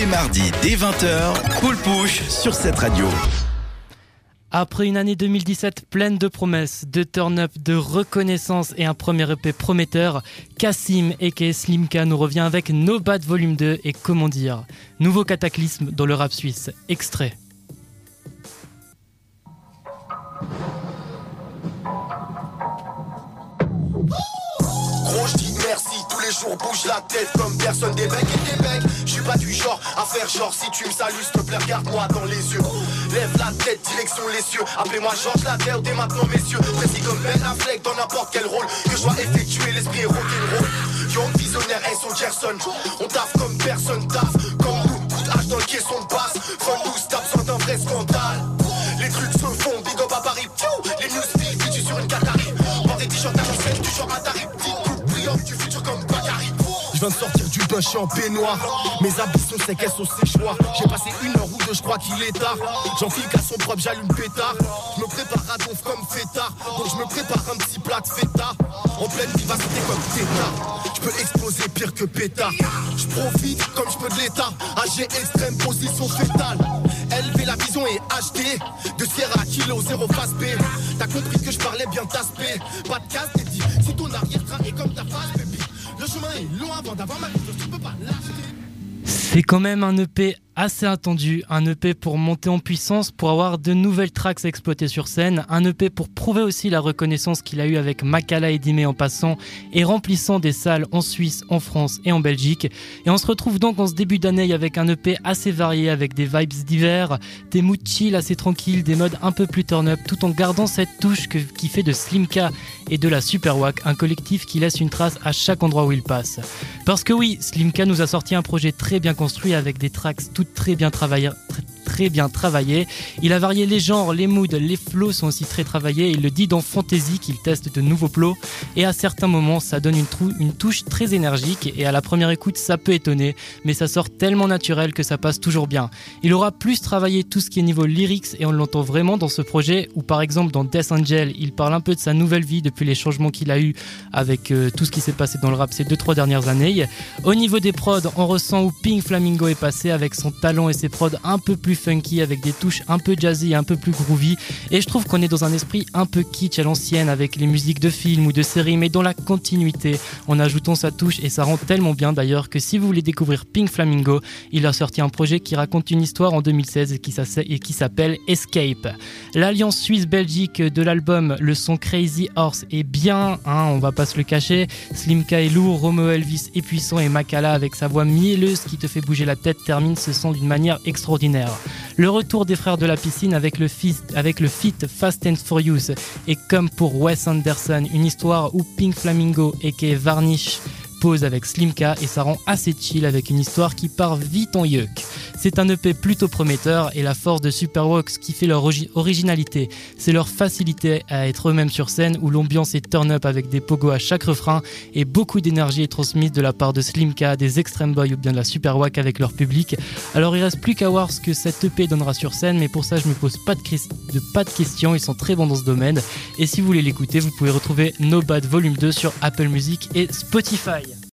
les mardis dès 20h, Cool Push sur cette radio. Après une année 2017 pleine de promesses, de turn-up, de reconnaissance et un premier EP prometteur, Kassim aka Slimka nous revient avec No Bad Volume 2 et comment dire, nouveau cataclysme dans le rap suisse. Extrait. Gros, je dis merci, tous les jours bouge la tête comme personne, des becs et des becs. Je suis pas du genre à faire genre, si tu me salues, s'il te plaît, regarde-moi dans les yeux. Lève la tête, direction les cieux. Appelez-moi Georges Laterre dès maintenant, messieurs. Précis comme Ben Affleck dans n'importe quel rôle que je dois effectuer, l'esprit est rock'n'roll. Young visionnaire, S.O. Gerson. On taffe comme personne taffe. Comme nous, coup de hache dans le caisson de basse. Fun nous, tape besoin d'un vrai scandale. Les trucs se font, big up à Paris. Les news feed, tu sur une Qatari. Vends des t-shirts à l'ancienne, du genre Atari. Du futur comme Bakary. Je viens de sortir du bain, je suis en peignoir. Mes ambitions c'est qu'elles sont ses choix. J'ai passé 1 heure ou 2, je crois qu'il est tard. J'enfile qu'à son propre, j'allume pétard. Je me prépare à donf comme fêtard. Donc je me prépare un petit plat de feta. En pleine vivacité comme tétard. Je peux exploser pire que pétard. Je profite comme je peux de l'état. AG extrême, position fétale. LV la vision est HD. De Sierra à Kilo, 0 face B. T'as compris que je parlais bien taspé. Pas de casse dédié. Si ton arrière-train est comme ta face, baby. Le chemin est long avant d'avoir ma vie. Tu peux pas l'acheter. C'est quand même un EP assez attendu, un EP pour monter en puissance, pour avoir de nouvelles tracks à exploiter sur scène, un EP pour prouver aussi la reconnaissance qu'il a eu avec Makala et Dime en passant et remplissant des salles en Suisse, en France et en Belgique. Et on se retrouve donc en ce début d'année avec un EP assez varié, avec des vibes divers, des moods chill assez tranquilles, des modes un peu plus turn-up, tout en gardant cette touche qui fait de Slimka et de la Super Wack un collectif qui laisse une trace à chaque endroit où il passe. Parce que oui, Slimka nous a sorti un projet très bien construit avec des tracks toutes très bien travaillées. Il a varié les genres, les moods, les flows sont aussi très travaillés. Il le dit dans Fantasy qu'il teste de nouveaux flows et à certains moments ça donne une touche très énergique et à la première écoute ça peut étonner mais ça sort tellement naturel que ça passe toujours bien. Il aura plus travaillé tout ce qui est niveau lyrics et on l'entend vraiment dans ce projet où par exemple dans Death Angel il parle un peu de sa nouvelle vie depuis les changements qu'il a eu avec tout ce qui s'est passé dans le rap ces 2-3 dernières années. Au niveau des prods on ressent où Pink Flamingo est passé avec son talent et ses prods un peu plus funky avec des touches un peu jazzy et un peu plus groovy et je trouve qu'on est dans un esprit un peu kitsch à l'ancienne avec les musiques de films ou de séries mais dans la continuité en ajoutant sa touche et ça rend tellement bien d'ailleurs que si vous voulez découvrir Pink Flamingo il a sorti un projet qui raconte une histoire en 2016 et qui s'appelle Escape. L'alliance Suisse-Belgique de l'album, le son Crazy Horse est bien, on va pas se le cacher. Slimka est lourd, Romeo Elvis est puissant et Makala avec sa voix mielleuse qui te fait bouger la tête termine ce son d'une manière extraordinaire. Le retour des frères de la piscine avec le feat Fast and Furious et comme pour Wes Anderson, une histoire où Pink Flamingo aka Varnish pose avec Slimka et ça rend assez chill avec une histoire qui part vite en yeuk. C'est un EP plutôt prometteur et la force de Superwax qui fait leur originalité, c'est leur facilité à être eux-mêmes sur scène où l'ambiance est turn up avec des pogos à chaque refrain et beaucoup d'énergie est transmise de la part de Slimka, des Extreme Boys ou bien de la Superwax avec leur public. Alors il reste plus qu'à voir ce que cet EP donnera sur scène mais pour ça je me pose pas de questions, ils sont très bons dans ce domaine et si vous voulez l'écouter vous pouvez retrouver No Bad Volume 2 sur Apple Music et Spotify.